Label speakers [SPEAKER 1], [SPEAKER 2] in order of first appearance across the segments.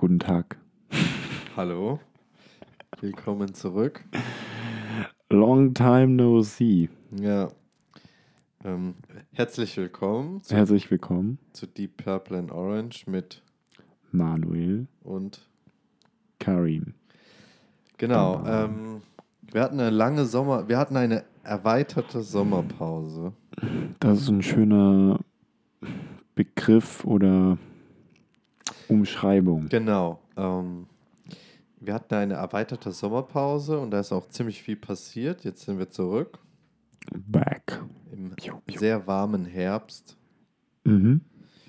[SPEAKER 1] Guten Tag.
[SPEAKER 2] Hallo, willkommen zurück.
[SPEAKER 1] Long time no see.
[SPEAKER 2] Ja, herzlich willkommen
[SPEAKER 1] Herzlich willkommen,
[SPEAKER 2] zu Deep Purple and Orange mit
[SPEAKER 1] Manuel
[SPEAKER 2] und
[SPEAKER 1] Karim.
[SPEAKER 2] genau. Wir hatten eine erweiterte Sommerpause.
[SPEAKER 1] Das ist ein schöner Begriff oder Umschreibung.
[SPEAKER 2] Genau. Wir hatten eine erweiterte Sommerpause und da ist auch ziemlich viel passiert. Jetzt sind wir zurück
[SPEAKER 1] Back.
[SPEAKER 2] im sehr warmen Herbst.
[SPEAKER 1] Mhm.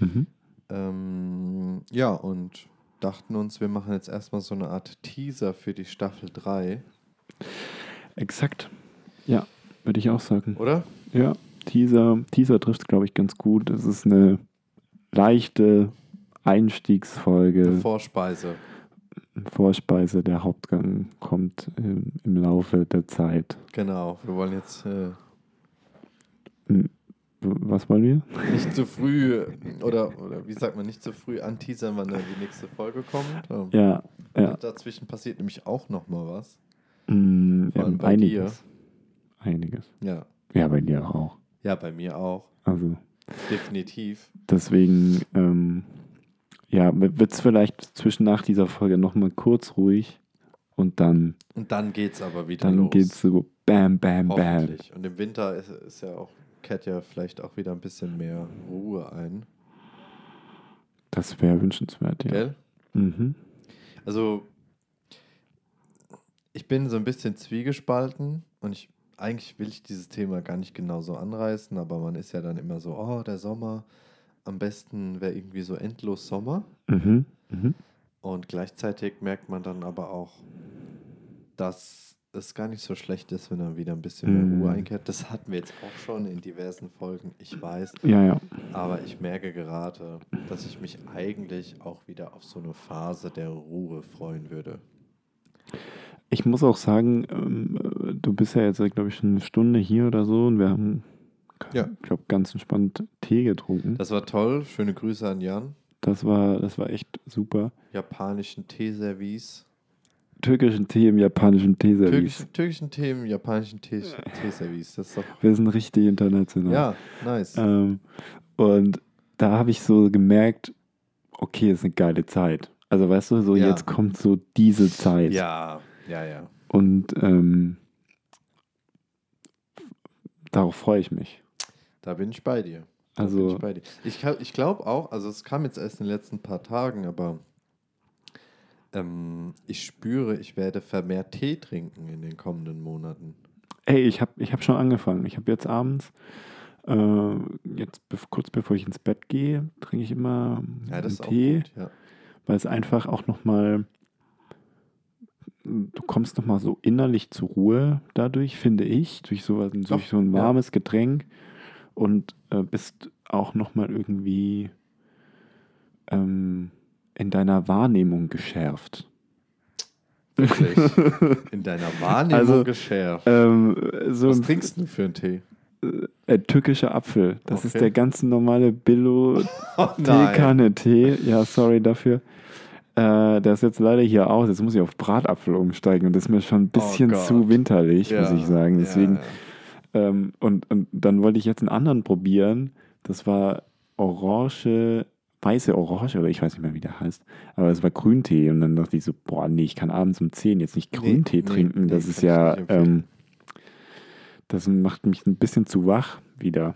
[SPEAKER 2] Ja, und dachten uns, wir machen jetzt erstmal so eine Art Teaser für die Staffel 3,
[SPEAKER 1] Exakt. Ja, würde ich auch sagen.
[SPEAKER 2] oder?
[SPEAKER 1] Ja, Teaser trifft es, glaube ich, ganz gut. Es ist eine leichte Einstiegsfolge.
[SPEAKER 2] Eine Vorspeise.
[SPEAKER 1] Vorspeise, der Hauptgang kommt im Laufe der Zeit.
[SPEAKER 2] Genau, wir wollen jetzt
[SPEAKER 1] Was wollen wir?
[SPEAKER 2] nicht zu früh, oder wie sagt man, nicht zu früh anteasern, wann dann die nächste Folge kommt.
[SPEAKER 1] Ja.
[SPEAKER 2] Dazwischen passiert nämlich auch nochmal was.
[SPEAKER 1] Vor
[SPEAKER 2] allem bei
[SPEAKER 1] Einiges.
[SPEAKER 2] Ja.
[SPEAKER 1] Ja, bei dir auch.
[SPEAKER 2] Ja, bei mir auch.
[SPEAKER 1] Also
[SPEAKER 2] Definitiv.
[SPEAKER 1] deswegen, wird es vielleicht nach dieser Folge nochmal kurz ruhig und dann
[SPEAKER 2] geht's aber wieder los.
[SPEAKER 1] geht's so bam, bam, bam.
[SPEAKER 2] Hoffentlich. Und im Winter ist ja auch, kehrt ja vielleicht auch wieder ein bisschen mehr Ruhe ein.
[SPEAKER 1] Das wäre wünschenswert, ja.
[SPEAKER 2] Gell?
[SPEAKER 1] Mhm.
[SPEAKER 2] Also, ich bin so ein bisschen zwiegespalten und eigentlich will ich dieses Thema gar nicht genau so anreißen, aber man ist ja dann immer so, oh, der Sommer, am besten wäre irgendwie so endlos Sommer.
[SPEAKER 1] Mhm. Mhm.
[SPEAKER 2] Und gleichzeitig merkt man dann aber auch, dass es gar nicht so schlecht ist, wenn dann wieder ein bisschen mehr Ruhe einkehrt. Das hatten wir jetzt auch schon in diversen Folgen, ich weiß.
[SPEAKER 1] Ja.
[SPEAKER 2] Aber ich merke gerade, dass ich mich eigentlich auch wieder auf so eine Phase der Ruhe freuen würde.
[SPEAKER 1] Ich muss auch sagen, du bist ja jetzt, glaube ich, schon eine Stunde hier oder so und wir haben,
[SPEAKER 2] Ja.
[SPEAKER 1] ich glaube, ganz entspannt Tee getrunken.
[SPEAKER 2] Das war toll. Schöne Grüße an Jan.
[SPEAKER 1] Das war echt super.
[SPEAKER 2] Japanischen Teeservice.
[SPEAKER 1] Türkischen Tee im japanischen Teeservice.
[SPEAKER 2] Türkischen Tee im japanischen Teeservice. Das ist doch...
[SPEAKER 1] Wir sind richtig international.
[SPEAKER 2] Ja, nice.
[SPEAKER 1] Und da habe ich so gemerkt, okay, ist eine geile Zeit. Also weißt du, so
[SPEAKER 2] Ja.
[SPEAKER 1] jetzt kommt so diese Zeit.
[SPEAKER 2] Ja.
[SPEAKER 1] Und darauf freue ich mich.
[SPEAKER 2] Da bin ich bei dir.
[SPEAKER 1] Also
[SPEAKER 2] Ich glaube auch, also es kam jetzt erst in den letzten paar Tagen, aber ich spüre, ich werde vermehrt Tee trinken in den kommenden Monaten.
[SPEAKER 1] ey, ich hab schon angefangen. Ich habe jetzt abends, kurz bevor ich ins Bett gehe, trinke ich immer
[SPEAKER 2] Ja, das ist
[SPEAKER 1] Tee,
[SPEAKER 2] auch gut, ja.
[SPEAKER 1] weil es einfach auch nochmal, du kommst nochmal so innerlich zur Ruhe dadurch, finde ich, durch so ein warmes Getränk und bist auch nochmal irgendwie in deiner Wahrnehmung geschärft.
[SPEAKER 2] Wirklich. In deiner Wahrnehmung geschärft. Was trinkst du für einen Tee?
[SPEAKER 1] Türkischer Apfel. Das ist
[SPEAKER 2] Okay.
[SPEAKER 1] der ganz normale Billo-Teekanne-Tee. Ja, sorry dafür. Der ist jetzt leider hier aus. Jetzt muss ich auf Bratapfel umsteigen und das ist mir schon ein bisschen zu winterlich, muss ich sagen. Deswegen. Und dann wollte ich jetzt einen anderen probieren. Das war weiße Orange, oder ich weiß nicht mehr, wie der heißt. Aber es war Grüntee. Und dann dachte ich so, boah, nee, ich kann abends um 10 jetzt nicht Grüntee trinken. Das ist ja, das macht mich ein bisschen zu wach wieder.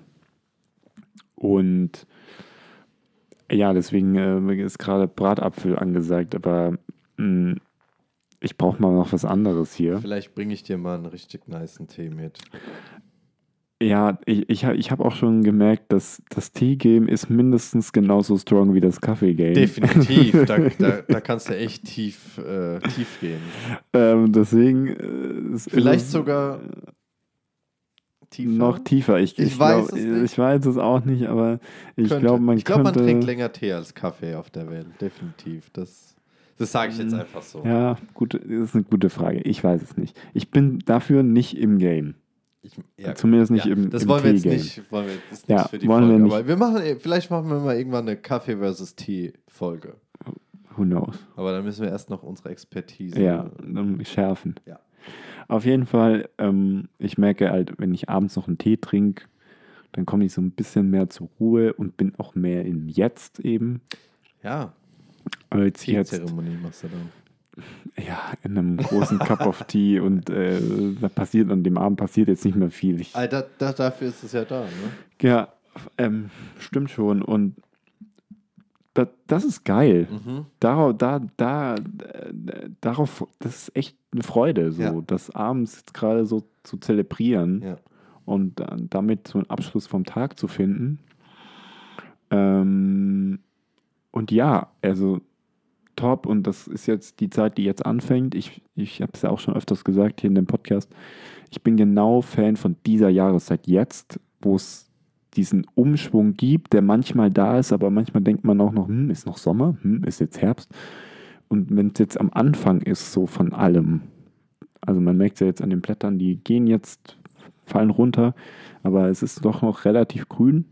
[SPEAKER 1] Und ja, deswegen ist gerade Bratapfel angesagt. Aber ich brauche mal noch was anderes hier.
[SPEAKER 2] Vielleicht bringe ich dir mal einen richtig nicen Tee mit.
[SPEAKER 1] Ja, ich habe auch schon gemerkt, dass das Tee-Game ist mindestens genauso strong wie das Kaffee-Game.
[SPEAKER 2] Definitiv, da kannst du echt tief gehen.
[SPEAKER 1] Deswegen
[SPEAKER 2] vielleicht sogar tiefer.
[SPEAKER 1] Noch tiefer. Ich weiß es nicht. Ich weiß es auch nicht, aber ich glaube, man
[SPEAKER 2] trinkt länger Tee als Kaffee auf der Welt. Definitiv. Das sage ich jetzt einfach so.
[SPEAKER 1] Ja, das ist eine gute Frage. Ich weiß es nicht. Ich bin dafür nicht im Game. Zumindest nicht im
[SPEAKER 2] Das wollen wir jetzt nicht für die Folge. Aber vielleicht machen wir mal irgendwann eine Kaffee versus Tee Folge.
[SPEAKER 1] Who knows?
[SPEAKER 2] Aber dann müssen wir erst noch unsere Expertise
[SPEAKER 1] schärfen.
[SPEAKER 2] Ja.
[SPEAKER 1] Auf jeden Fall, ich merke halt, wenn ich abends noch einen Tee trinke, dann komme ich so ein bisschen mehr zur Ruhe und bin auch mehr im Jetzt eben.
[SPEAKER 2] Ja.
[SPEAKER 1] Als jetzt.
[SPEAKER 2] Teezeremonie machst du dann.
[SPEAKER 1] Ja, in einem großen Cup of Tea und an dem Abend passiert jetzt nicht mehr viel.
[SPEAKER 2] Dafür ist es ja da, ne?
[SPEAKER 1] Ja, stimmt schon. Und das ist geil.
[SPEAKER 2] Mhm.
[SPEAKER 1] Darauf, das ist echt eine Freude, so das abends gerade so zu zelebrieren und damit so einen Abschluss vom Tag zu finden. Und ja, also top, und das ist jetzt die Zeit, die jetzt anfängt. Ich habe es ja auch schon öfters gesagt hier in dem Podcast. Ich bin genau Fan von dieser Jahreszeit jetzt, wo es diesen Umschwung gibt, der manchmal da ist, aber manchmal denkt man auch noch, ist noch Sommer, ist jetzt Herbst. Und wenn es jetzt am Anfang ist, so von allem, also man merkt es ja jetzt an den Blättern, die gehen jetzt, fallen runter, aber es ist doch noch relativ grün.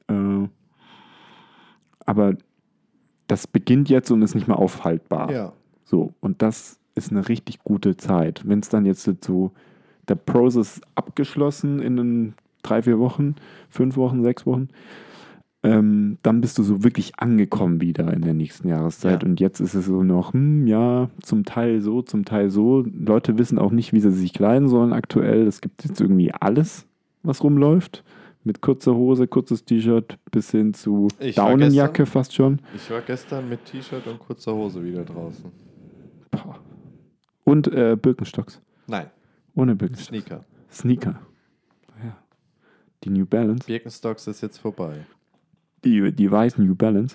[SPEAKER 1] Aber das beginnt jetzt und ist nicht mehr aufhaltbar.
[SPEAKER 2] Ja.
[SPEAKER 1] So, und das ist eine richtig gute Zeit. Wenn es dann jetzt so, der Prozess abgeschlossen in 3-4 Wochen, 5 Wochen, 6 Wochen, dann bist du so wirklich angekommen wieder in der nächsten Jahreszeit. Ja. Und jetzt ist es so noch, zum Teil so, zum Teil so. Leute wissen auch nicht, wie sie sich kleiden sollen aktuell. Es gibt jetzt irgendwie alles, was rumläuft. Mit kurzer Hose, kurzes T-Shirt bis hin zu Daunenjacke fast schon.
[SPEAKER 2] Ich war gestern mit T-Shirt und kurzer Hose wieder draußen.
[SPEAKER 1] Boah. Und Birkenstocks?
[SPEAKER 2] Nein.
[SPEAKER 1] Ohne Birkenstocks? Sneaker. Ja. Die New Balance?
[SPEAKER 2] Birkenstocks ist jetzt vorbei.
[SPEAKER 1] Die weißen New Balance?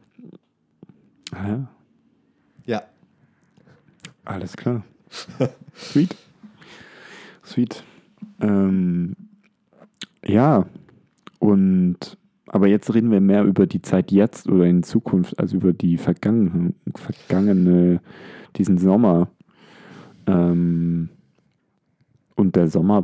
[SPEAKER 1] Ja.
[SPEAKER 2] Ja.
[SPEAKER 1] Alles klar. Sweet. Ja, aber jetzt reden wir mehr über die Zeit jetzt oder in Zukunft, als über die vergangene, diesen Sommer. Und der Sommer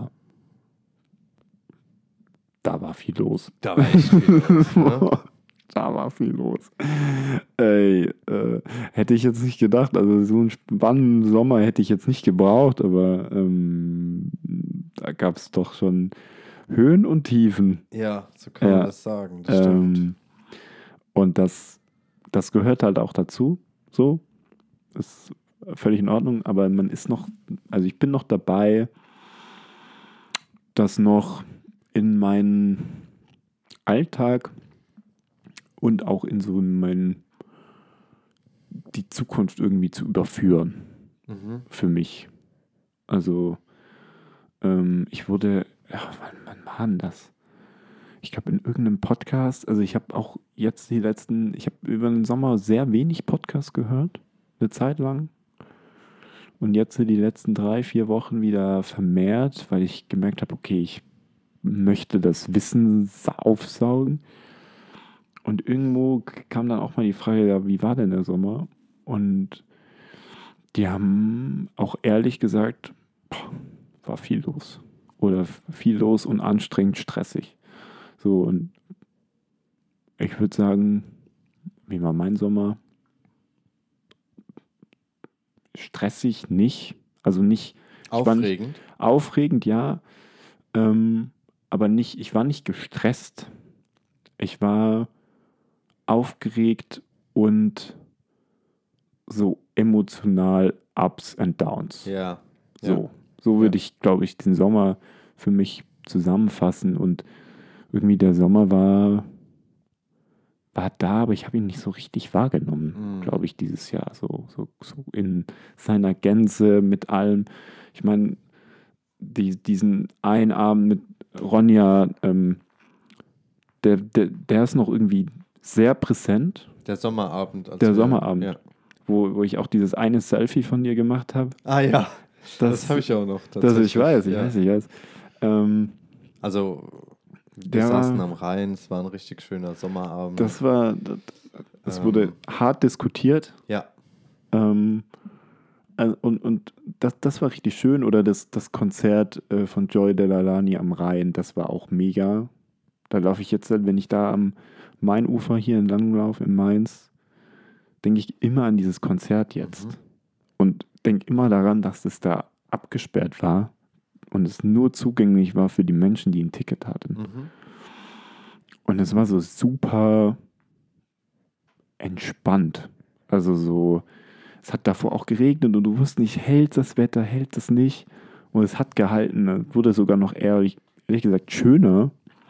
[SPEAKER 1] da war viel los.
[SPEAKER 2] Da war echt viel los, ne?
[SPEAKER 1] Da war viel los. Ey, hätte ich jetzt nicht gedacht, also so einen spannenden Sommer hätte ich jetzt nicht gebraucht, aber da gab es doch schon Höhen und Tiefen.
[SPEAKER 2] Ja, so kann man das sagen. Das stimmt.
[SPEAKER 1] Und das gehört halt auch dazu. So. Ist völlig in Ordnung. Aber man ist noch, also ich bin noch dabei, das noch in meinen Alltag und auch in so die Zukunft irgendwie zu überführen.
[SPEAKER 2] Mhm.
[SPEAKER 1] Für mich. Also ich wurde, wann war denn das? Ich glaube in irgendeinem Podcast, also ich habe auch jetzt ich habe über den Sommer sehr wenig Podcasts gehört, eine Zeit lang. Und jetzt die letzten 3-4 Wochen wieder vermehrt, weil ich gemerkt habe, okay, ich möchte das Wissen aufsaugen. Und irgendwo kam dann auch mal die Frage, ja, wie war denn der Sommer? Und die haben auch ehrlich gesagt, war viel los. Oder viel los und anstrengend, stressig. So, und ich würde sagen, wie war mein Sommer? Stressig nicht. Also nicht.
[SPEAKER 2] Aufregend?
[SPEAKER 1] Aufregend, ja. Aber nicht, ich war nicht gestresst. Ich war aufgeregt und so emotional Ups and Downs.
[SPEAKER 2] Ja.
[SPEAKER 1] So würde ich, glaube ich, den Sommer für mich zusammenfassen. Und irgendwie der Sommer war da, aber ich habe ihn nicht so richtig wahrgenommen, glaube ich, dieses Jahr. So in seiner Gänze mit allem. Ich meine, diesen einen Abend mit Ronja, der ist noch irgendwie sehr präsent.
[SPEAKER 2] Der Sommerabend.
[SPEAKER 1] Ja. Wo ich auch dieses eine Selfie von dir gemacht habe.
[SPEAKER 2] Ah ja, das habe ich auch noch.
[SPEAKER 1] Ich weiß.
[SPEAKER 2] Also, wir saßen am Rhein, es war ein richtig schöner Sommerabend.
[SPEAKER 1] Das wurde hart diskutiert.
[SPEAKER 2] Ja.
[SPEAKER 1] Und das war richtig schön. Oder das Konzert von Joy Delalani am Rhein, das war auch mega. Da laufe ich jetzt, wenn ich da am Mainufer hier entlang laufe in Mainz, denke ich immer an dieses Konzert jetzt. Und denke immer daran, dass es da abgesperrt war und es nur zugänglich war für die Menschen, die ein Ticket hatten. Und es war so super entspannt. Also so, es hat davor auch geregnet und du wusstest nicht, hält das Wetter, hält das nicht. Und es hat gehalten, es wurde sogar noch ehrlich gesagt schöner.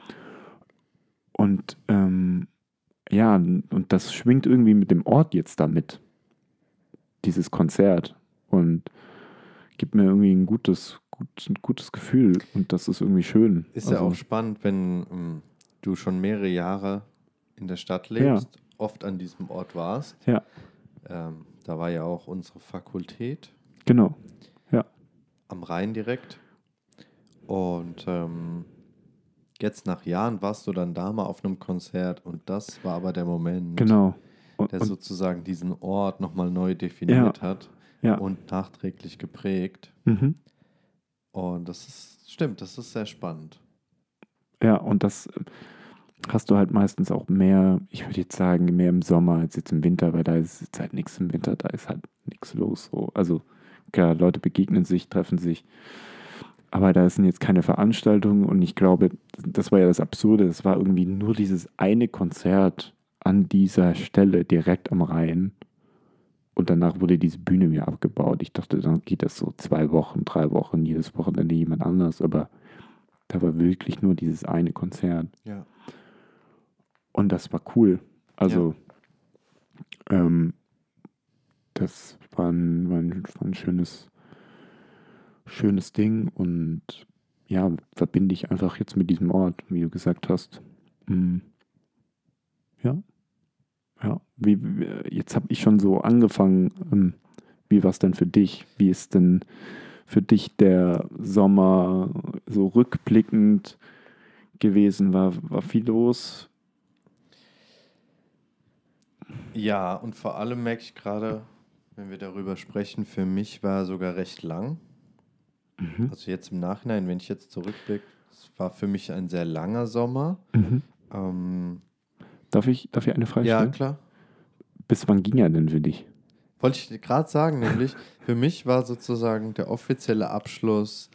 [SPEAKER 1] Und ja, und das schwingt irgendwie mit dem Ort jetzt damit, dieses Konzert. Und gibt mir irgendwie ein gutes Gefühl und das ist irgendwie schön.
[SPEAKER 2] Ist ja auch spannend, wenn du schon mehrere Jahre in der Stadt lebst, oft an diesem Ort warst.
[SPEAKER 1] Ja.
[SPEAKER 2] Da war ja auch unsere Fakultät.
[SPEAKER 1] Genau, ja.
[SPEAKER 2] Am Rhein direkt. Und jetzt nach Jahren warst du dann da mal auf einem Konzert und das war aber der Moment,
[SPEAKER 1] genau.
[SPEAKER 2] der sozusagen diesen Ort nochmal neu definiert hat und nachträglich geprägt. Und stimmt, das ist sehr spannend.
[SPEAKER 1] Ja, und das hast du halt meistens auch mehr, ich würde jetzt sagen, mehr im Sommer als jetzt im Winter, weil da ist jetzt halt nichts im Winter, da ist halt nichts los. So. Also klar, Leute begegnen sich, treffen sich, aber da sind jetzt keine Veranstaltungen und ich glaube, das war ja das Absurde, es war irgendwie nur dieses eine Konzert an dieser Stelle direkt am Rhein und danach wurde diese Bühne mir abgebaut. Ich dachte, dann geht das so 2 Wochen, 3 Wochen, jedes Wochenende jemand anders, aber da war wirklich nur dieses eine Konzert.
[SPEAKER 2] Ja.
[SPEAKER 1] Und das war cool. Also, das war ein schönes Ding und ja, verbinde ich einfach jetzt mit diesem Ort, wie du gesagt hast. Ja. Ja. Jetzt habe ich schon so angefangen. Wie war es denn für dich? Wie ist denn für dich der Sommer so rückblickend gewesen? War viel los?
[SPEAKER 2] Ja, und vor allem merke ich gerade, wenn wir darüber sprechen, für mich war er sogar recht lang. Also jetzt im Nachhinein, wenn ich jetzt zurückblicke, es war für mich ein sehr langer Sommer.
[SPEAKER 1] Darf ich eine Frage stellen?
[SPEAKER 2] Ja, klar.
[SPEAKER 1] Bis wann ging er denn für dich?
[SPEAKER 2] Wollte ich gerade sagen, nämlich für mich war sozusagen der offizielle Abschluss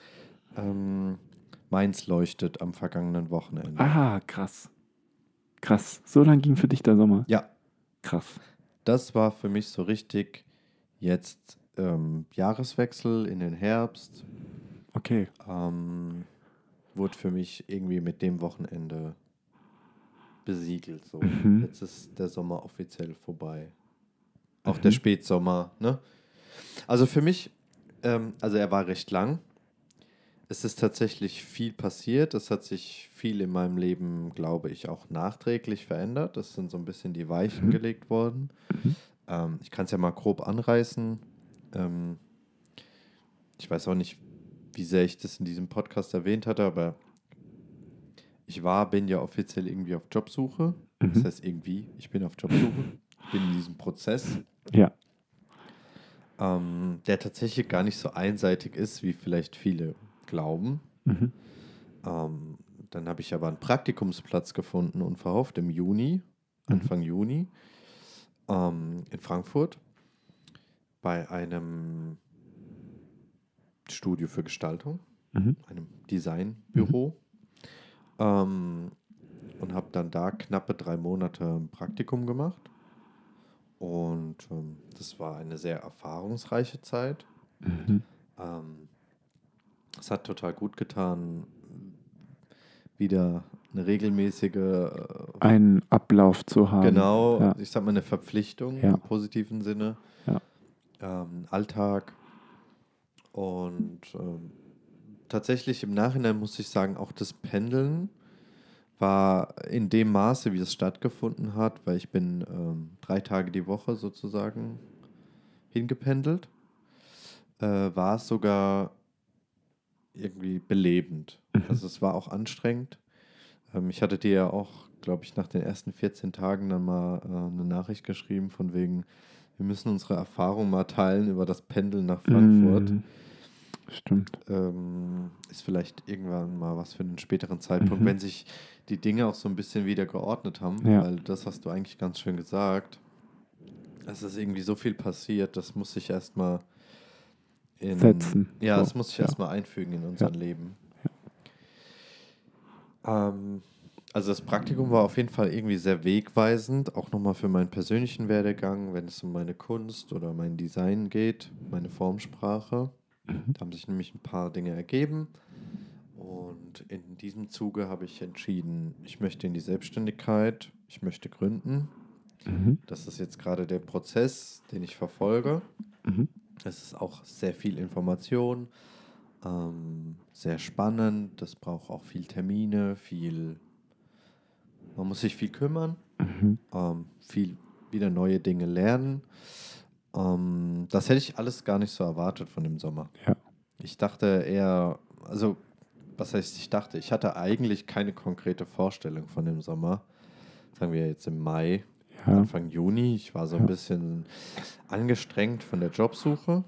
[SPEAKER 2] Mainz leuchtet am vergangenen Wochenende.
[SPEAKER 1] Ah, krass. Krass. So lang ging für dich der Sommer?
[SPEAKER 2] Ja.
[SPEAKER 1] Krass.
[SPEAKER 2] Das war für mich so richtig jetzt Jahreswechsel in den Herbst.
[SPEAKER 1] Okay.
[SPEAKER 2] Wurde für mich irgendwie mit dem Wochenende besiegelt. So. Jetzt ist der Sommer offiziell vorbei. Auch der Spätsommer, ne? Also für mich, also er war recht lang. Es ist tatsächlich viel passiert. Es hat sich viel in meinem Leben, glaube ich, auch nachträglich verändert. Es sind so ein bisschen die Weichen gelegt worden. Ich kann es ja mal grob anreißen. Ich weiß auch nicht, wie sehr ich das in diesem Podcast erwähnt hatte, aber ich bin ja offiziell irgendwie auf Jobsuche. Das heißt irgendwie, ich bin auf Jobsuche. Ich bin in diesem Prozess.
[SPEAKER 1] Ja.
[SPEAKER 2] Der tatsächlich gar nicht so einseitig ist, wie vielleicht viele glauben. Dann habe ich aber einen Praktikumsplatz gefunden, unverhofft, im Juni, Anfang Juni, in Frankfurt, bei einem Studio für Gestaltung, einem Designbüro. Und habe dann da knappe 3 Monate ein Praktikum gemacht. Und das war eine sehr erfahrungsreiche Zeit. Es hat total gut getan, wieder eine regelmäßige
[SPEAKER 1] einen Ablauf zu haben.
[SPEAKER 2] Genau,
[SPEAKER 1] ja.
[SPEAKER 2] Ich sag mal eine Verpflichtung im positiven Sinne.
[SPEAKER 1] Ja.
[SPEAKER 2] Alltag. Und tatsächlich im Nachhinein muss ich sagen, auch das Pendeln war in dem Maße, wie es stattgefunden hat, weil ich bin 3 Tage die Woche sozusagen hingependelt, war es sogar irgendwie belebend. Also es war auch anstrengend. Ich hatte dir ja auch, glaube ich, nach den ersten 14 Tagen dann mal eine Nachricht geschrieben von wegen, wir müssen unsere Erfahrung mal teilen über das Pendeln nach Frankfurt.
[SPEAKER 1] Stimmt.
[SPEAKER 2] Ist vielleicht irgendwann mal was für einen späteren Zeitpunkt, wenn sich die Dinge auch so ein bisschen wieder geordnet haben, weil das hast du eigentlich ganz schön gesagt. Es ist irgendwie so viel passiert, das muss sich erstmal
[SPEAKER 1] setzen.
[SPEAKER 2] Ja, das muss sich erstmal einfügen in unser Leben. Also das Praktikum war auf jeden Fall irgendwie sehr wegweisend, auch nochmal für meinen persönlichen Werdegang, wenn es um meine Kunst oder mein Design geht, meine Formsprache. Da haben sich nämlich ein paar Dinge ergeben. Und in diesem Zuge habe ich entschieden, ich möchte in die Selbstständigkeit, ich möchte gründen. Das ist jetzt gerade der Prozess, den ich verfolge. Es ist auch sehr viel Information, sehr spannend. Das braucht auch viel Termine, man muss sich viel kümmern, viel wieder neue Dinge lernen. Das hätte ich alles gar nicht so erwartet von dem Sommer.
[SPEAKER 1] Ja.
[SPEAKER 2] Ich dachte eher, also was heißt ich dachte? Ich hatte eigentlich keine konkrete Vorstellung von dem Sommer. Sagen wir jetzt im Mai, Anfang Juni. Ich war so ein bisschen angestrengt von der Jobsuche.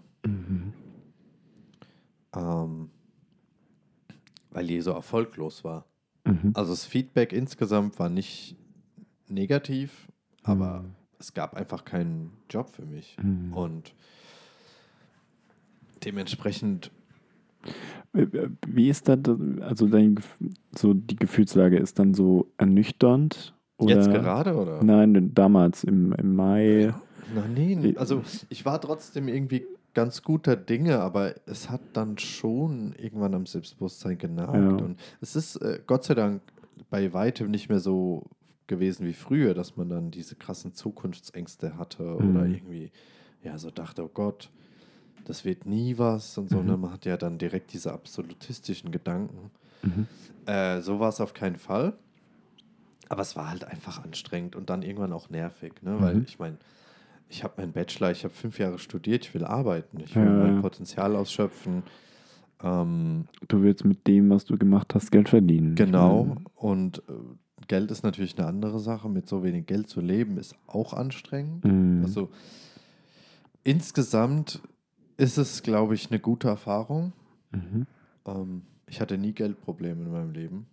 [SPEAKER 2] Weil die so erfolglos war. Also das Feedback insgesamt war nicht negativ, aber es gab einfach keinen Job für mich. Und dementsprechend...
[SPEAKER 1] Wie ist das, also so die Gefühlslage ist dann so ernüchternd? Oder?
[SPEAKER 2] Jetzt gerade, oder?
[SPEAKER 1] Nein, damals im Mai.
[SPEAKER 2] Nee, also ich war trotzdem irgendwie ganz guter Dinge, aber es hat dann schon irgendwann am Selbstbewusstsein genagt.
[SPEAKER 1] Ja.
[SPEAKER 2] Und es ist Gott sei Dank bei weitem nicht mehr so gewesen wie früher, dass man dann diese krassen Zukunftsängste hatte oder irgendwie ja so dachte, oh Gott, das wird nie was und so. Ne? Man hat ja dann direkt diese absolutistischen Gedanken. So war es auf keinen Fall. Aber es war halt einfach anstrengend und dann irgendwann auch nervig, ne? Weil ich meine, ich habe meinen Bachelor, ich habe 5 Jahre studiert, ich will arbeiten, ich will mein Potenzial ausschöpfen.
[SPEAKER 1] Du willst mit dem, was du gemacht hast, Geld verdienen.
[SPEAKER 2] Genau, und Geld ist natürlich eine andere Sache. Mit so wenig Geld zu leben ist auch anstrengend. Also insgesamt ist es, glaube ich, eine gute Erfahrung. Ich hatte nie Geldprobleme in meinem Leben.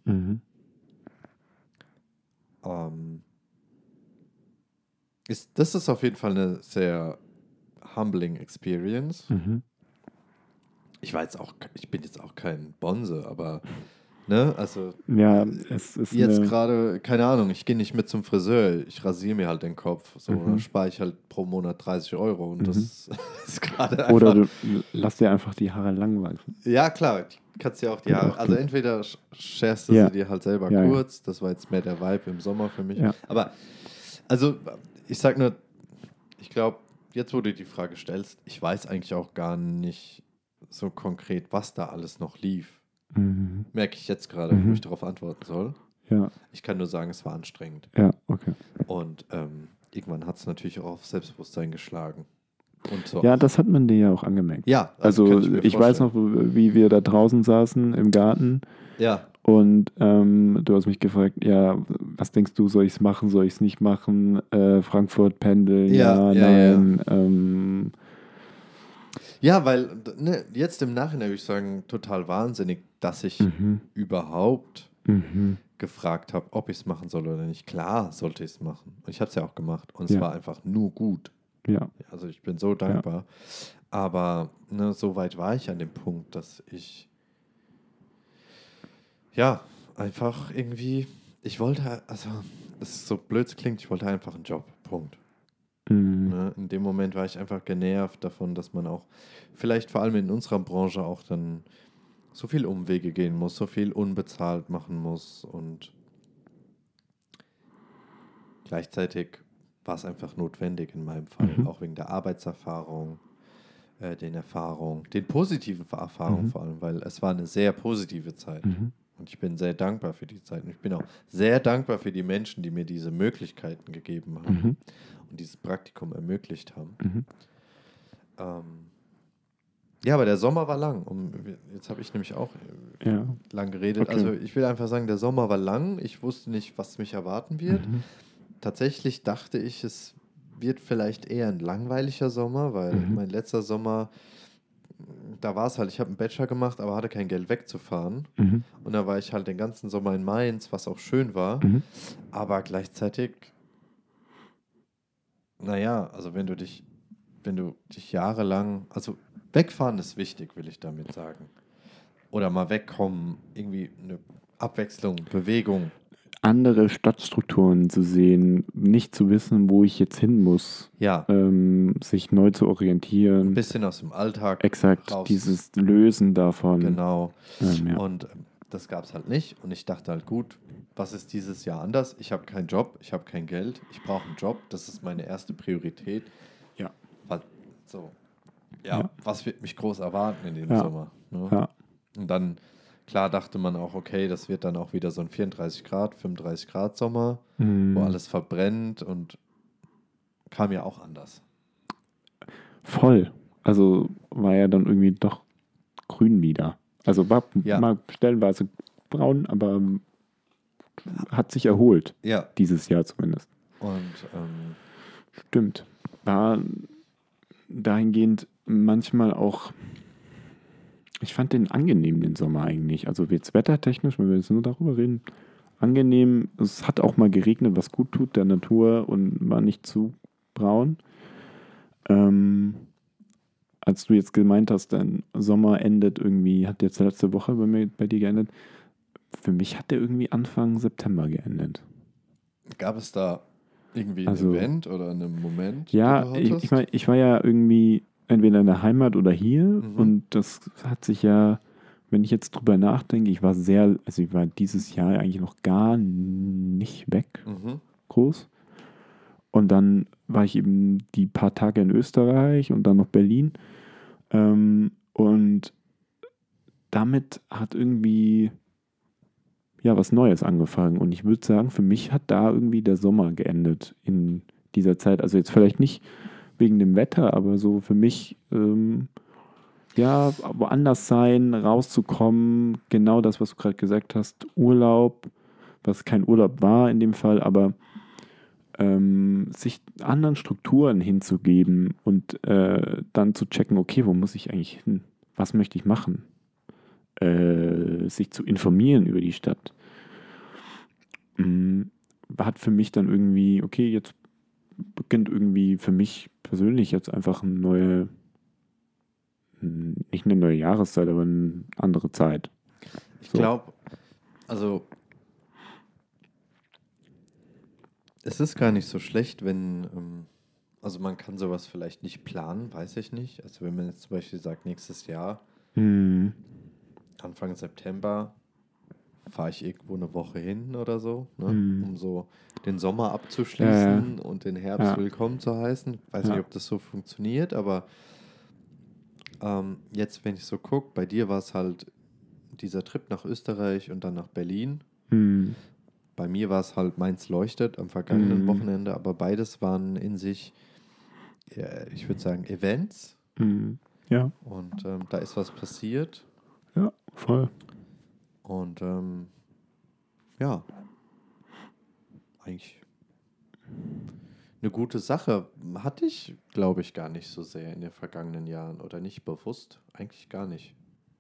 [SPEAKER 2] Das ist auf jeden Fall eine sehr humbling Experience. Ich bin jetzt auch kein Bonze, aber ne, also
[SPEAKER 1] ja, es ist
[SPEAKER 2] jetzt gerade, keine Ahnung, ich gehe nicht mit zum Friseur, ich rasiere mir halt den Kopf, so, da spare ich halt pro Monat 30 Euro und das ist gerade einfach...
[SPEAKER 1] Oder du lass dir einfach die Haare lang wachsen.
[SPEAKER 2] Ja, klar, kannst dir auch die Haare, also entweder scherst du sie dir halt selber kurz, das war jetzt mehr der Vibe im Sommer für mich, aber also ich sag nur, ich glaube, jetzt wo du die Frage stellst, ich weiß eigentlich auch gar nicht so konkret, was da alles noch lief. Merke ich jetzt gerade, wo ich darauf antworten soll.
[SPEAKER 1] Ja.
[SPEAKER 2] Ich kann nur sagen, es war anstrengend.
[SPEAKER 1] Ja, okay.
[SPEAKER 2] Und irgendwann hat es natürlich auch auf Selbstbewusstsein geschlagen. Und so
[SPEAKER 1] ja, das hat man dir ja auch angemerkt.
[SPEAKER 2] Ja,
[SPEAKER 1] also ich weiß noch, wie wir da draußen saßen im Garten.
[SPEAKER 2] Ja.
[SPEAKER 1] Und du hast mich gefragt, ja, was denkst du, soll ich es machen, soll ich es nicht machen? Frankfurt pendeln, nein.
[SPEAKER 2] Ja, weil jetzt im Nachhinein würde ich sagen, total wahnsinnig, dass ich überhaupt gefragt habe, ob ich es machen soll oder nicht. Klar sollte ich es machen. Und ich habe es ja auch gemacht. Und es war einfach nur gut.
[SPEAKER 1] Ja.
[SPEAKER 2] Also ich bin so dankbar. Aber so weit war ich an dem Punkt, dass ich einfach irgendwie, ich wollte, also es ist so blöd es klingt, ich wollte einfach einen Job. Punkt. In dem Moment war ich einfach genervt davon, dass man auch vielleicht vor allem in unserer Branche auch dann so viel Umwege gehen muss, so viel unbezahlt machen muss und gleichzeitig war es einfach notwendig in meinem Fall, auch wegen der Arbeitserfahrung, den positiven Erfahrungen vor allem, weil es war eine sehr positive Zeit. Und ich bin sehr dankbar für die Zeit. Und ich bin auch sehr dankbar für die Menschen, die mir diese Möglichkeiten gegeben haben und dieses Praktikum ermöglicht haben. Ja, aber der Sommer war lang. Jetzt habe ich nämlich auch lang geredet. Okay. Also ich will einfach sagen, der Sommer war lang. Ich wusste nicht, was mich erwarten wird. Tatsächlich dachte ich, es wird vielleicht eher ein langweiliger Sommer, weil mein letzter Sommer... Da war es halt, ich habe einen Bachelor gemacht, aber hatte kein Geld wegzufahren. Und da war ich halt den ganzen Sommer in Mainz, was auch schön war. Aber gleichzeitig Naja, also wenn du dich jahrelang, also wegfahren ist wichtig, will ich damit sagen. Oder mal wegkommen, irgendwie eine Abwechslung, Bewegung.
[SPEAKER 1] Andere Stadtstrukturen zu sehen, nicht zu wissen, wo ich jetzt hin muss,
[SPEAKER 2] Ja,
[SPEAKER 1] sich neu zu
[SPEAKER 2] ein
[SPEAKER 1] orientieren.
[SPEAKER 2] bisschen aus dem Alltag
[SPEAKER 1] Exakt,
[SPEAKER 2] raus.
[SPEAKER 1] dieses Lösen davon.
[SPEAKER 2] Genau.
[SPEAKER 1] Ja.
[SPEAKER 2] Und das gab es halt nicht. Und ich dachte halt, gut, was ist dieses Jahr anders? Ich habe keinen Job, ich habe kein Geld, ich brauche einen Job. Das ist meine erste Priorität.
[SPEAKER 1] Ja.
[SPEAKER 2] So,
[SPEAKER 1] Ja.
[SPEAKER 2] was wird mich groß erwarten in dem
[SPEAKER 1] Ja.
[SPEAKER 2] Sommer? Ne?
[SPEAKER 1] Ja.
[SPEAKER 2] Und dann, klar, dachte man auch, okay, das wird dann auch wieder so ein 34 Grad, 35 Grad Sommer, wo alles verbrennt und kam ja auch anders.
[SPEAKER 1] Voll. Also war ja dann irgendwie doch grün wieder. Also war mal stellenweise braun, aber hat sich erholt.
[SPEAKER 2] Ja.
[SPEAKER 1] Dieses Jahr zumindest.
[SPEAKER 2] Und
[SPEAKER 1] stimmt. War dahingehend manchmal auch, ich fand den angenehm, den Sommer eigentlich. Also jetzt wettertechnisch, wenn wir jetzt nur darüber reden, angenehm. Es hat auch mal geregnet, was gut tut der Natur und war nicht zu braun. Als du jetzt gemeint hast, dein Sommer endet irgendwie, hat jetzt letzte Woche bei dir geendet. Für mich hat der irgendwie Anfang September geendet.
[SPEAKER 2] Gab es da irgendwie ein Event oder einen Moment?
[SPEAKER 1] Ja, ich war ja irgendwie entweder in der Heimat oder hier und das hat sich ja, wenn ich jetzt drüber nachdenke, ich war dieses Jahr eigentlich noch gar nicht weg, groß. Und dann war ich eben die paar Tage in Österreich und dann noch Berlin. Und damit hat irgendwie was Neues angefangen. Und ich würde sagen, für mich hat da irgendwie der Sommer geendet in dieser Zeit. Also jetzt vielleicht nicht wegen dem Wetter, aber so für mich, woanders sein, rauszukommen, genau das, was du gerade gesagt hast, Urlaub, was kein Urlaub war in dem Fall, aber sich anderen Strukturen hinzugeben und dann zu checken, okay, wo muss ich eigentlich hin? Was möchte ich machen? Sich zu informieren über die Stadt. Hat für mich dann irgendwie, okay, jetzt beginnt irgendwie für mich persönlich jetzt einfach nicht eine neue Jahreszeit, aber eine andere Zeit.
[SPEAKER 2] Ich glaube, also es ist gar nicht so schlecht, wenn, also man kann sowas vielleicht nicht planen, weiß ich nicht. Also wenn man jetzt zum Beispiel sagt, nächstes Jahr, Anfang September, fahre ich irgendwo eine Woche hin oder so, ne? Um so den Sommer abzuschließen und den Herbst willkommen zu heißen. Weiß nicht, ob das so funktioniert, aber jetzt, wenn ich so gucke, bei dir war es halt dieser Trip nach Österreich und dann nach Berlin. Bei mir war es halt Mainz leuchtet am vergangenen Wochenende, aber beides waren in sich, ich würde sagen, Events.
[SPEAKER 1] Ja.
[SPEAKER 2] Und da ist was passiert.
[SPEAKER 1] Ja, voll.
[SPEAKER 2] Und eigentlich eine gute Sache. Hatte ich, glaube ich, gar nicht so sehr in den vergangenen Jahren oder nicht bewusst. Eigentlich gar nicht.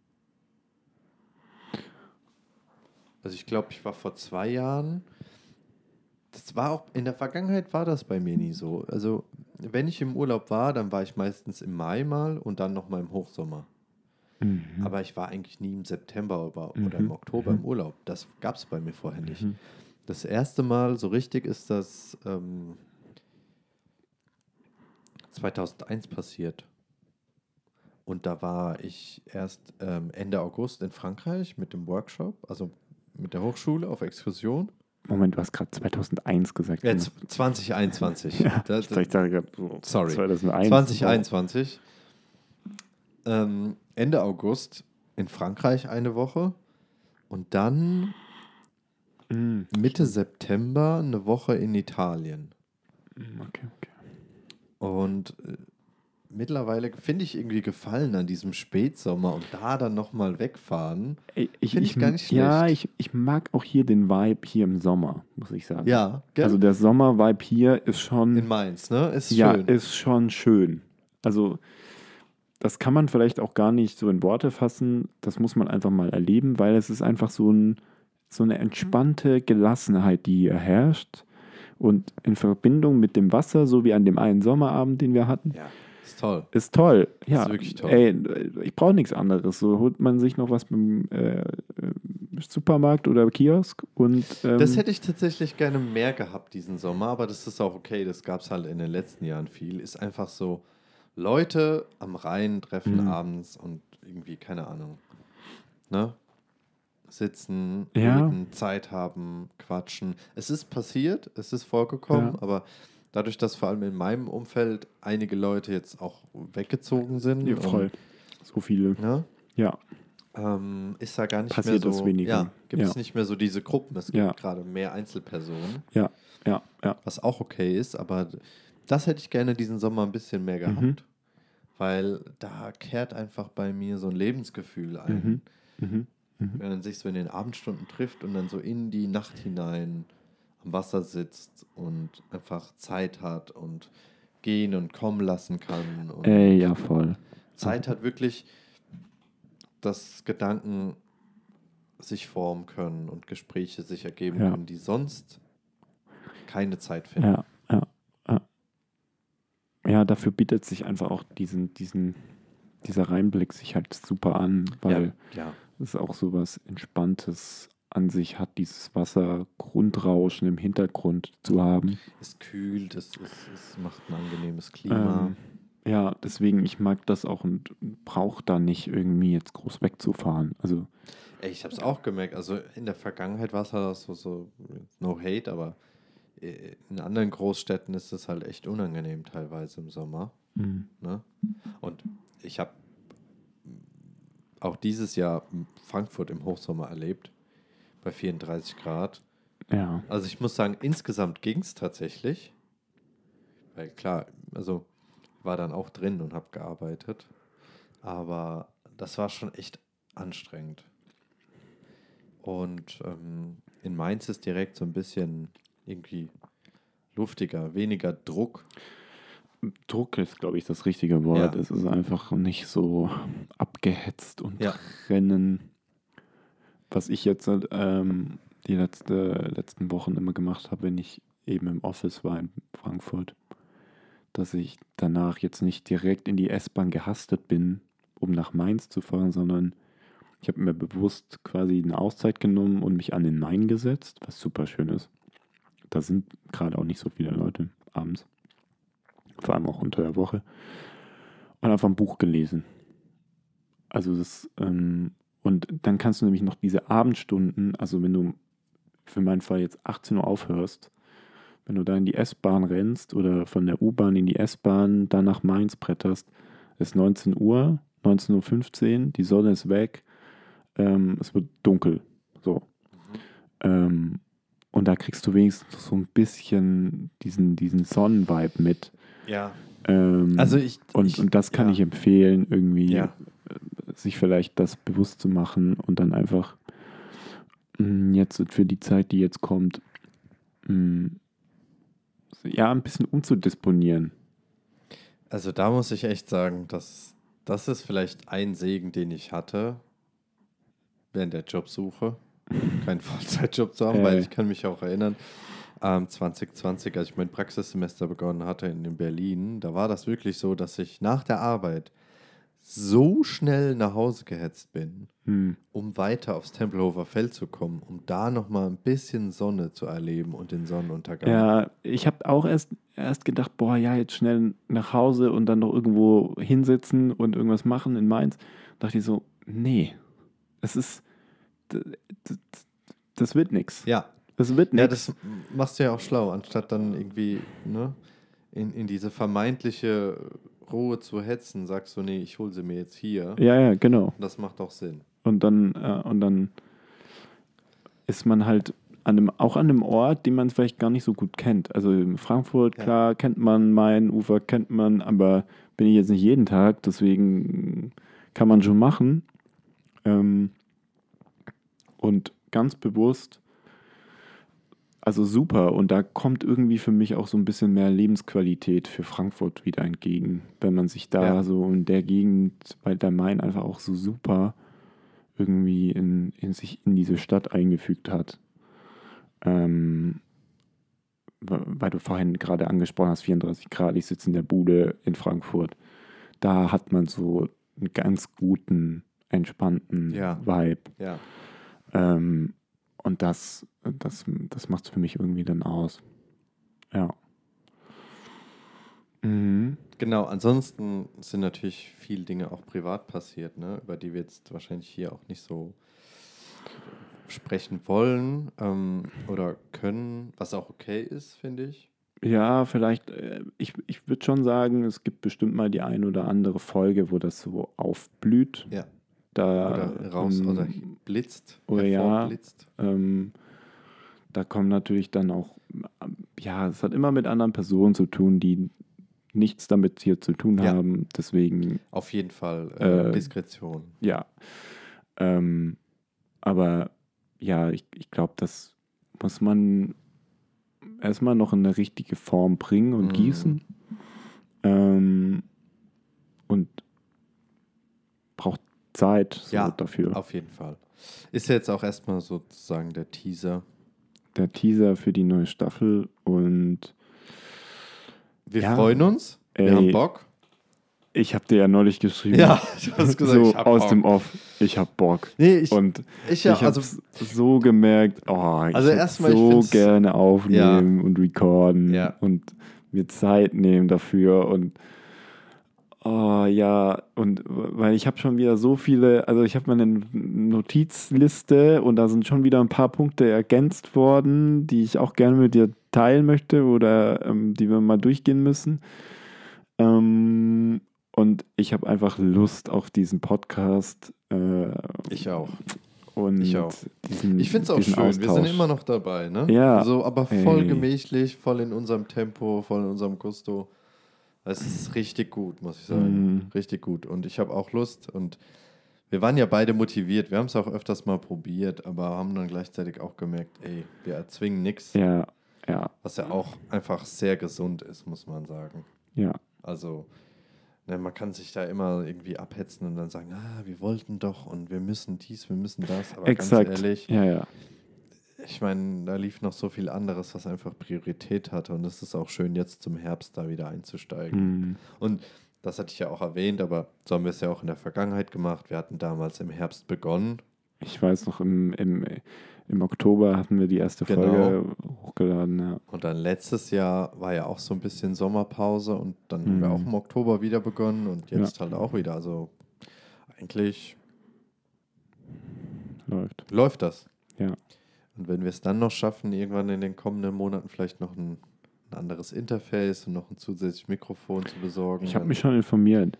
[SPEAKER 2] Also ich glaube, ich war vor 2 Jahren, das war auch, in der Vergangenheit war das bei mir nie so. Also wenn ich im Urlaub war, dann war ich meistens im Mai mal und dann nochmal im Hochsommer. Aber ich war eigentlich nie im September oder im Oktober im Urlaub. Das gab es bei mir vorher nicht. Das erste Mal so richtig ist das 2001 passiert. Und da war ich erst Ende August in Frankreich mit dem Workshop, also mit der Hochschule auf Exkursion.
[SPEAKER 1] Moment, du hast gerade 2001 gesagt.
[SPEAKER 2] Ja, 2021.
[SPEAKER 1] Ja, ich dachte gerade so,
[SPEAKER 2] sorry.
[SPEAKER 1] 2001.
[SPEAKER 2] 2021. Ende August in Frankreich eine Woche und dann Mitte September eine Woche in Italien.
[SPEAKER 1] Okay.
[SPEAKER 2] Und mittlerweile finde ich irgendwie Gefallen an diesem Spätsommer und da dann nochmal wegfahren. Finde ich gar nicht schlecht.
[SPEAKER 1] Ja, ich mag auch hier den Vibe hier im Sommer, muss ich sagen.
[SPEAKER 2] Ja, gell?
[SPEAKER 1] Also der Sommer-Vibe hier ist schon...
[SPEAKER 2] In Mainz, ne? Ist schön.
[SPEAKER 1] Ja, ist schon schön. Also das kann man vielleicht auch gar nicht so in Worte fassen. Das muss man einfach mal erleben, weil es ist einfach so eine entspannte Gelassenheit, die hier herrscht. Und in Verbindung mit dem Wasser, so wie an dem einen Sommerabend, den wir hatten,
[SPEAKER 2] Ja, ist toll.
[SPEAKER 1] Ist toll. Ja,
[SPEAKER 2] ist wirklich toll.
[SPEAKER 1] Ey, ich brauche nichts anderes. So holt man sich noch was beim Supermarkt oder Kiosk und
[SPEAKER 2] das hätte ich tatsächlich gerne mehr gehabt diesen Sommer, aber das ist auch okay. Das gab es halt in den letzten Jahren viel. Ist einfach so, Leute am Rhein treffen abends und irgendwie, keine Ahnung, ne? Sitzen, reden, Zeit haben, quatschen. Es ist passiert, es ist vorgekommen, aber dadurch, dass vor allem in meinem Umfeld einige Leute jetzt auch weggezogen sind.
[SPEAKER 1] Ja, voll. So viele.
[SPEAKER 2] Ne?
[SPEAKER 1] Ja.
[SPEAKER 2] Ist da gar nicht
[SPEAKER 1] Passiert
[SPEAKER 2] mehr so.
[SPEAKER 1] Das weniger.
[SPEAKER 2] Ja, gibt es nicht mehr so diese Gruppen. Es gibt gerade mehr Einzelpersonen.
[SPEAKER 1] Ja.
[SPEAKER 2] Was auch okay ist, aber das hätte ich gerne diesen Sommer ein bisschen mehr gehabt. Weil da kehrt einfach bei mir so ein Lebensgefühl ein. Wenn man sich so in den Abendstunden trifft und dann so in die Nacht hinein am Wasser sitzt und einfach Zeit hat und gehen und kommen lassen kann. Und
[SPEAKER 1] ja, voll.
[SPEAKER 2] Zeit hat wirklich, dass Gedanken sich formen können und Gespräche sich ergeben können, die sonst keine Zeit finden.
[SPEAKER 1] Ja, dafür bietet sich einfach auch dieser Reinblick sich halt super an, weil es auch so was Entspanntes an sich hat, dieses Wasser-Grundrauschen im Hintergrund zu haben.
[SPEAKER 2] Es kühlt, es macht ein angenehmes Klima.
[SPEAKER 1] Ja, deswegen, ich mag das auch und brauche da nicht irgendwie jetzt groß wegzufahren. Also,
[SPEAKER 2] ich habe es auch gemerkt, also in der Vergangenheit war es halt so no hate, aber in anderen Großstädten ist es halt echt unangenehm teilweise im Sommer. Ne? Und ich habe auch dieses Jahr Frankfurt im Hochsommer erlebt, bei 34 Grad.
[SPEAKER 1] Ja.
[SPEAKER 2] Also ich muss sagen, insgesamt ging es tatsächlich. Weil klar, also war dann auch drin und habe gearbeitet. Aber das war schon echt anstrengend. Und in Mainz ist direkt so ein bisschen irgendwie luftiger, weniger Druck.
[SPEAKER 1] Druck ist, glaube ich, das richtige Wort. Es ist einfach nicht so abgehetzt und rennen. Was ich jetzt die letzten Wochen immer gemacht habe, wenn ich eben im Office war in Frankfurt, dass ich danach jetzt nicht direkt in die S-Bahn gehastet bin, um nach Mainz zu fahren, sondern ich habe mir bewusst quasi eine Auszeit genommen und mich an den Main gesetzt, was super schön ist. Da sind gerade auch nicht so viele Leute abends. Vor allem auch unter der Woche. Und einfach ein Buch gelesen. Also und dann kannst du nämlich noch diese Abendstunden, also wenn du für meinen Fall jetzt 18 Uhr aufhörst, wenn du da in die S-Bahn rennst oder von der U-Bahn in die S-Bahn, dann nach Mainz bretterst, ist 19 Uhr, 19.15 Uhr, die Sonne ist weg, es wird dunkel. So. Und da kriegst du wenigstens so ein bisschen diesen Sonnenvibe mit.
[SPEAKER 2] Ja.
[SPEAKER 1] Und das kann ich empfehlen, irgendwie sich vielleicht das bewusst zu machen und dann einfach jetzt für die Zeit, die jetzt kommt, ein bisschen umzudisponieren.
[SPEAKER 2] Also da muss ich echt sagen, dass das ist vielleicht ein Segen, den ich hatte während der Jobsuche, keinen Vollzeitjob zu haben, weil ich kann mich auch erinnern, 2020, als ich mein Praxissemester begonnen hatte in Berlin, da war das wirklich so, dass ich nach der Arbeit so schnell nach Hause gehetzt bin, um weiter aufs Tempelhofer Feld zu kommen, um da nochmal ein bisschen Sonne zu erleben und den Sonnenuntergang.
[SPEAKER 1] Ja, ich habe auch erst gedacht, jetzt schnell nach Hause und dann noch irgendwo hinsitzen und irgendwas machen in Mainz. Da dachte ich so, nee, das wird nichts.
[SPEAKER 2] Ja.
[SPEAKER 1] Das wird nichts.
[SPEAKER 2] Ja, das machst du ja auch schlau, anstatt dann irgendwie in diese vermeintliche Ruhe zu hetzen, sagst du, nee, ich hole sie mir jetzt hier.
[SPEAKER 1] Ja, genau.
[SPEAKER 2] Das macht auch Sinn.
[SPEAKER 1] Und dann ist man halt auch an einem Ort, den man vielleicht gar nicht so gut kennt. Also in Frankfurt, klar, kennt man, Main-Ufer kennt man, aber bin ich jetzt nicht jeden Tag, deswegen kann man schon machen. Und ganz bewusst, also super, und da kommt irgendwie für mich auch so ein bisschen mehr Lebensqualität für Frankfurt wieder entgegen, wenn man sich da so in der Gegend bei der Main einfach auch so super irgendwie sich in diese Stadt eingefügt hat. weil du vorhin gerade angesprochen hast, 34 Grad, ich sitze in der Bude in Frankfurt. Da hat man so einen ganz guten, entspannten Vibe.
[SPEAKER 2] Ja.
[SPEAKER 1] Und das macht es für mich irgendwie dann aus. Ja. Mhm.
[SPEAKER 2] Genau, ansonsten sind natürlich viele Dinge auch privat passiert, ne, über die wir jetzt wahrscheinlich hier auch nicht so sprechen wollen oder können, was auch okay ist, finde ich.
[SPEAKER 1] Ja, vielleicht, ich würde schon sagen, es gibt bestimmt mal die ein oder andere Folge, wo das so aufblüht.
[SPEAKER 2] Ja.
[SPEAKER 1] Da,
[SPEAKER 2] oder raus oder blitzt,
[SPEAKER 1] hervorblitzt. Da kommen natürlich dann auch, ja, es hat immer mit anderen Personen zu tun, die nichts damit hier zu tun haben. Deswegen.
[SPEAKER 2] Auf jeden Fall Diskretion.
[SPEAKER 1] Ja. Aber ja, ich glaube, das muss man erstmal noch in eine richtige Form bringen und gießen. Und braucht Zeit so dafür.
[SPEAKER 2] Auf jeden Fall. Ist ja jetzt auch erstmal sozusagen der Teaser.
[SPEAKER 1] Der Teaser für die neue Staffel und
[SPEAKER 2] wir freuen uns. Wir haben Bock.
[SPEAKER 1] Ich habe dir ja neulich geschrieben.
[SPEAKER 2] Ja, du hast gesagt,
[SPEAKER 1] so
[SPEAKER 2] ich hab
[SPEAKER 1] aus
[SPEAKER 2] Bock.
[SPEAKER 1] Dem Off. Ich habe Bock.
[SPEAKER 2] Nee,
[SPEAKER 1] ich habe so gemerkt, ich würde so gerne aufnehmen und recorden und mir Zeit nehmen dafür und und weil ich habe schon wieder so viele, also ich habe meine Notizliste und da sind schon wieder ein paar Punkte ergänzt worden, die ich auch gerne mit dir teilen möchte oder die wir mal durchgehen müssen. Und ich habe einfach Lust auf diesen Podcast.
[SPEAKER 2] Ich auch.
[SPEAKER 1] Und
[SPEAKER 2] ich auch. Ich finde es auch schön.
[SPEAKER 1] Austausch.
[SPEAKER 2] Wir sind immer noch dabei, ne?
[SPEAKER 1] Ja.
[SPEAKER 2] So, aber voll gemächlich, voll in unserem Tempo, voll in unserem Gusto. Es ist richtig gut, muss ich sagen. Richtig gut. Und ich habe auch Lust. Und wir waren ja beide motiviert. Wir haben es auch öfters mal probiert, aber haben dann gleichzeitig auch gemerkt, wir erzwingen nichts.
[SPEAKER 1] Ja.
[SPEAKER 2] Was ja auch einfach sehr gesund ist, muss man sagen.
[SPEAKER 1] Ja.
[SPEAKER 2] Also, man kann sich da immer irgendwie abhetzen und dann sagen, wir wollten doch und wir müssen dies, wir müssen das. Aber
[SPEAKER 1] exakt.
[SPEAKER 2] Ganz ehrlich,
[SPEAKER 1] ja.
[SPEAKER 2] Ich meine, da lief noch so viel anderes, was einfach Priorität hatte. Und es ist auch schön, jetzt zum Herbst da wieder einzusteigen. Und das hatte ich ja auch erwähnt, aber so haben wir es ja auch in der Vergangenheit gemacht. Wir hatten damals im Herbst begonnen.
[SPEAKER 1] Ich weiß noch, im Oktober hatten wir die erste Folge hochgeladen. Ja.
[SPEAKER 2] Und dann letztes Jahr war ja auch so ein bisschen Sommerpause und dann haben wir auch im Oktober wieder begonnen und jetzt halt auch wieder. Also eigentlich läuft das.
[SPEAKER 1] Ja.
[SPEAKER 2] Und wenn wir es dann noch schaffen, irgendwann in den kommenden Monaten vielleicht noch ein anderes Interface und noch ein zusätzliches Mikrofon zu besorgen.
[SPEAKER 1] Ich habe mich schon informiert.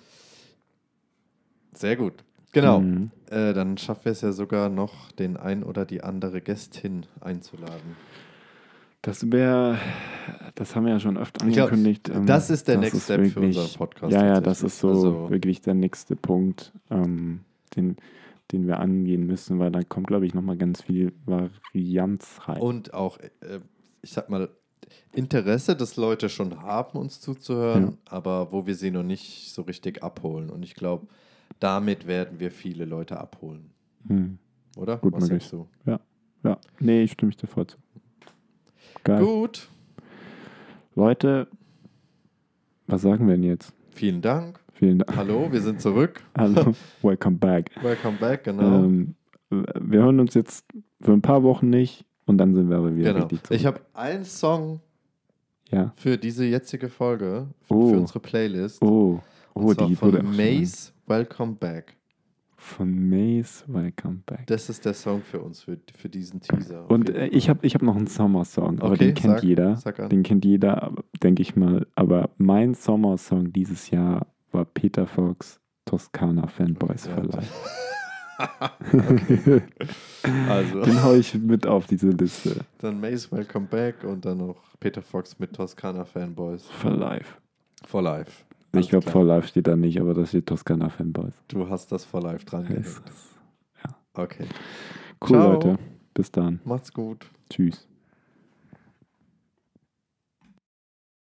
[SPEAKER 2] Sehr gut. Genau. Dann schaffen wir es ja sogar noch, den ein oder die andere Gästin einzuladen.
[SPEAKER 1] Das haben wir ja schon öfter angekündigt.
[SPEAKER 2] Das ist der Next Step für unseren Podcast.
[SPEAKER 1] Ja, das ist so wirklich der nächste Punkt, den wir angehen müssen, weil dann kommt, glaube ich, nochmal ganz viel Varianz rein.
[SPEAKER 2] Und auch, ich sag mal, Interesse, dass Leute schon haben, uns zuzuhören, aber wo wir sie noch nicht so richtig abholen. Und ich glaube, damit werden wir viele Leute abholen. Oder?
[SPEAKER 1] Gut,
[SPEAKER 2] was sagst du?
[SPEAKER 1] Ja. Nee, ich stimme dir voll zu. Geil.
[SPEAKER 2] Gut.
[SPEAKER 1] Leute, was sagen wir denn jetzt?
[SPEAKER 2] Vielen Dank.
[SPEAKER 1] Hallo,
[SPEAKER 2] wir sind zurück.
[SPEAKER 1] Hallo, welcome back.
[SPEAKER 2] Welcome back, genau.
[SPEAKER 1] Wir hören uns jetzt für ein paar Wochen nicht und dann sind wir aber wieder richtig zurück.
[SPEAKER 2] Ich habe einen Song für diese jetzige Folge, für unsere Playlist.
[SPEAKER 1] Und zwar
[SPEAKER 2] die von Maze, Welcome Back.
[SPEAKER 1] Von Maze, Welcome Back.
[SPEAKER 2] Das ist der Song für uns, für diesen Teaser.
[SPEAKER 1] Und ich hab noch einen Sommersong, aber den kennt jeder. Den kennt jeder, denke ich mal. Aber mein Sommersong dieses Jahr war Peter Fox, Toskana Fanboys for Life.
[SPEAKER 2] Okay. Also.
[SPEAKER 1] Den hau ich mit auf diese Liste.
[SPEAKER 2] Dann Maze, Welcome Back und dann noch Peter Fox mit Toskana Fanboys.
[SPEAKER 1] For Life.
[SPEAKER 2] For Life.
[SPEAKER 1] Ich glaube, For Life steht da nicht, aber da steht Toskana Fanboys.
[SPEAKER 2] Du hast das For Life dran gehängt.
[SPEAKER 1] Ja.
[SPEAKER 2] Okay.
[SPEAKER 1] Cool, Ciao. Leute. Bis dann.
[SPEAKER 2] Macht's gut.
[SPEAKER 1] Tschüss.